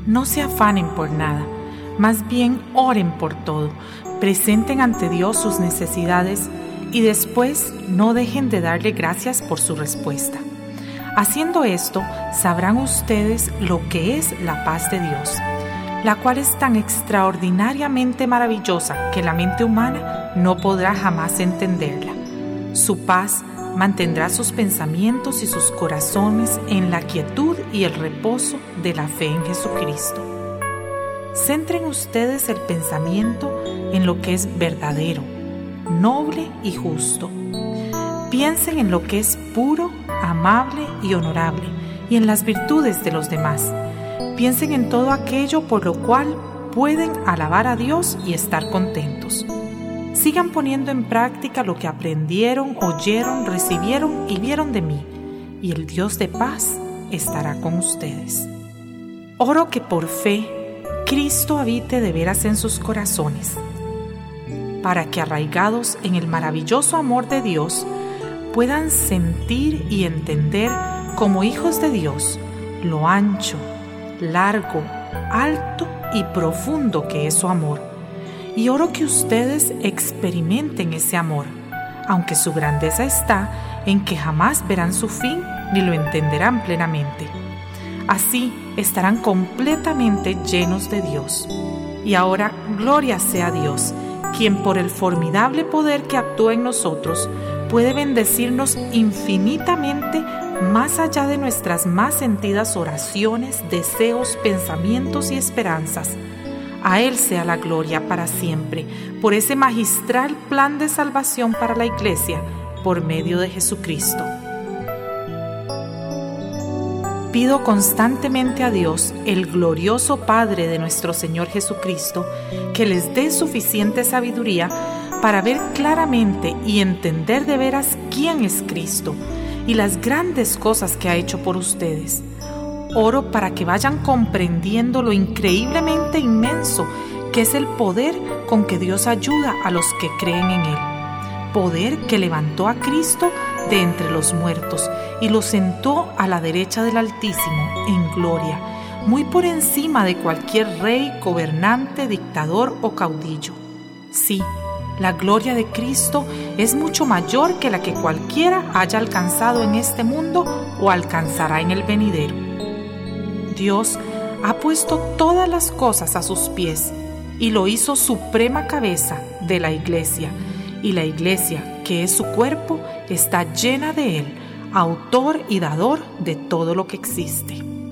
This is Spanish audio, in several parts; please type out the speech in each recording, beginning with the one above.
No se afanen por nada, más bien oren por todo, presenten ante Dios sus necesidades y después no dejen de darle gracias por su respuesta. Haciendo esto, sabrán ustedes lo que es la paz de Dios, la cual es tan extraordinariamente maravillosa que la mente humana no podrá jamás entenderla. Su paz mantendrá sus pensamientos y sus corazones en la quietud y el reposo de la fe en Jesucristo. Centren ustedes el pensamiento en lo que es verdadero, noble y justo. Piensen en lo que es puro, amable y honorable, y en las virtudes de los demás. Piensen en todo aquello por lo cual pueden alabar a Dios y estar contentos. Sigan poniendo en práctica lo que aprendieron, oyeron, recibieron y vieron de mí, y el Dios de paz estará con ustedes. Oro que por fe Cristo habite de veras en sus corazones, para que arraigados en el maravilloso amor de Dios, puedan sentir y entender como hijos de Dios lo ancho, largo, alto y profundo que es su amor. Y oro que ustedes experimenten ese amor, aunque su grandeza está en que jamás verán su fin ni lo entenderán plenamente. Así estarán completamente llenos de Dios. Y ahora, gloria sea a Dios, quien por el formidable poder que actúa en nosotros, puede bendecirnos infinitamente más allá de nuestras más sentidas oraciones, deseos, pensamientos y esperanzas. A Él sea la gloria para siempre, por ese magistral plan de salvación para la Iglesia, por medio de Jesucristo. Pido constantemente a Dios, el glorioso Padre de nuestro Señor Jesucristo, que les dé suficiente sabiduría para ver claramente y entender de veras quién es Cristo y las grandes cosas que ha hecho por ustedes. Oro para que vayan comprendiendo lo increíblemente inmenso que es el poder con que Dios ayuda a los que creen en Él. Poder que levantó a Cristo de entre los muertos y lo sentó a la derecha del Altísimo en gloria, muy por encima de cualquier rey, gobernante, dictador o caudillo. Sí, la gloria de Cristo es mucho mayor que la que cualquiera haya alcanzado en este mundo o alcanzará en el venidero. Dios ha puesto todas las cosas a sus pies y lo hizo suprema cabeza de la Iglesia, y la Iglesia, que es su cuerpo, está llena de Él, autor y dador de todo lo que existe.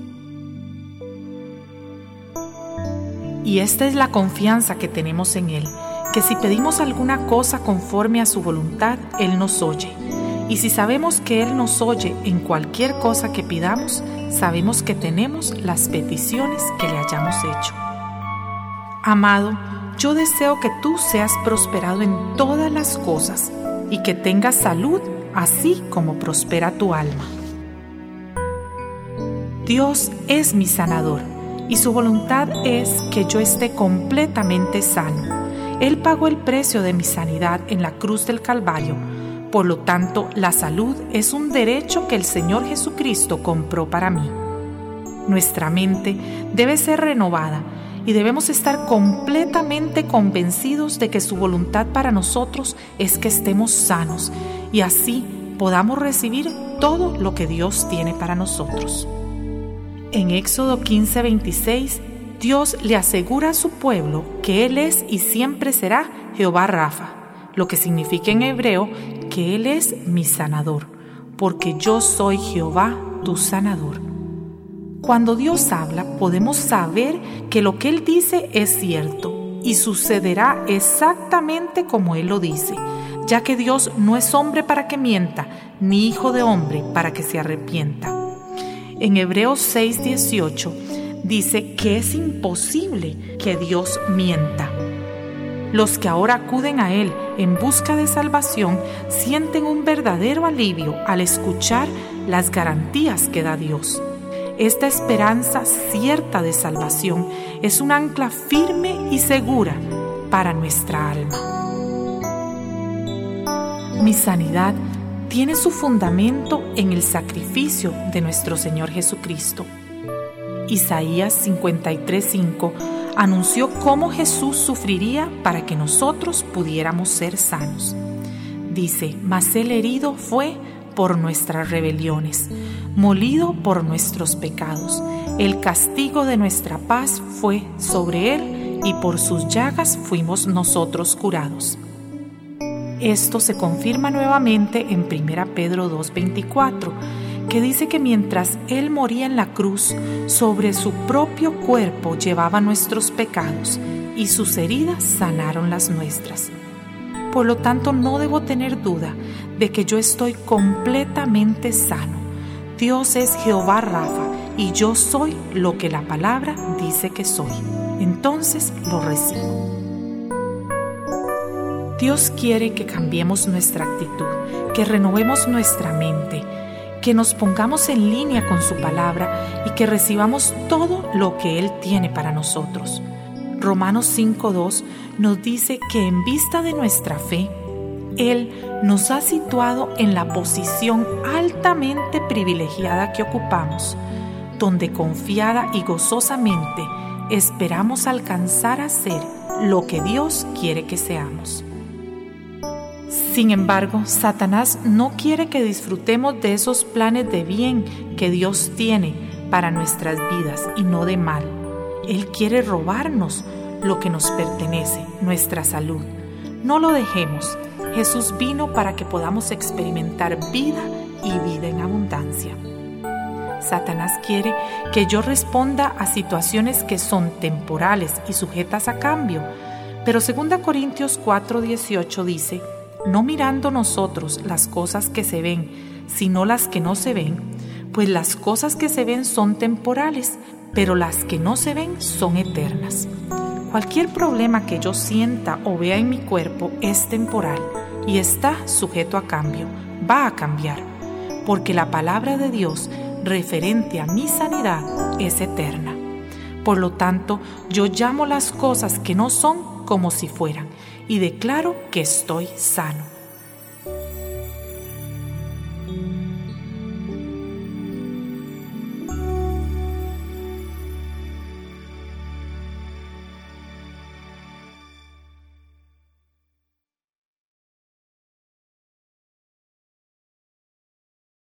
Y esta es la confianza que tenemos en Él, que si pedimos alguna cosa conforme a su voluntad, Él nos oye. Y si sabemos que Él nos oye en cualquier cosa que pidamos, sabemos que tenemos las peticiones que le hayamos hecho. Amado, yo deseo que tú seas prosperado en todas las cosas y que tengas salud, así como prospera tu alma. Dios es mi sanador y su voluntad es que yo esté completamente sano. Él pagó el precio de mi sanidad en la cruz del Calvario. Por lo tanto, la salud es un derecho que el Señor Jesucristo compró para mí. Nuestra mente debe ser renovada y debemos estar completamente convencidos de que su voluntad para nosotros es que estemos sanos y así podamos recibir todo lo que Dios tiene para nosotros. En Éxodo 15:26, Dios le asegura a su pueblo que Él es y siempre será Jehová Rafa, lo que significa en hebreo que Él es mi sanador, porque yo soy Jehová tu sanador. Cuando Dios habla, podemos saber que lo que Él dice es cierto y sucederá exactamente como Él lo dice, ya que Dios no es hombre para que mienta, ni hijo de hombre para que se arrepienta. En Hebreos 6:18 dice que es imposible que Dios mienta. Los que ahora acuden a Él en busca de salvación sienten un verdadero alivio al escuchar las garantías que da Dios. Esta esperanza cierta de salvación es un ancla firme y segura para nuestra alma. Mi sanidad tiene su fundamento en el sacrificio de nuestro Señor Jesucristo. Isaías 53:5 anunció cómo Jesús sufriría para que nosotros pudiéramos ser sanos. Dice: mas Él herido fue por nuestras rebeliones, molido por nuestros pecados. El castigo de nuestra paz fue sobre Él, y por sus llagas fuimos nosotros curados. Esto se confirma nuevamente en 1 Pedro 2:24, que dice que mientras Él moría en la cruz, sobre su propio cuerpo llevaba nuestros pecados, y sus heridas sanaron las nuestras. Por lo tanto, no debo tener duda de que yo estoy completamente sano. Dios es Jehová Rafa, y yo soy lo que la palabra dice que soy. Entonces lo recibo. Dios quiere que cambiemos nuestra actitud, que renovemos nuestra mente, que nos pongamos en línea con su palabra y que recibamos todo lo que Él tiene para nosotros. Romanos 5:2 nos dice que en vista de nuestra fe, Él nos ha situado en la posición altamente privilegiada que ocupamos, donde confiada y gozosamente esperamos alcanzar a ser lo que Dios quiere que seamos. Sin embargo, Satanás no quiere que disfrutemos de esos planes de bien que Dios tiene para nuestras vidas y no de mal. Él quiere robarnos lo que nos pertenece, nuestra salud. No lo dejemos. Jesús vino para que podamos experimentar vida y vida en abundancia. Satanás quiere que yo responda a situaciones que son temporales y sujetas a cambio, pero 2 Corintios 4:18 dice: no mirando nosotros las cosas que se ven, sino las que no se ven, pues las cosas que se ven son temporales, pero las que no se ven son eternas. Cualquier problema que yo sienta o vea en mi cuerpo es temporal y está sujeto a cambio, va a cambiar, porque la palabra de Dios referente a mi sanidad es eterna. Por lo tanto, yo llamo las cosas que no son como si fueran y declaro que estoy sano.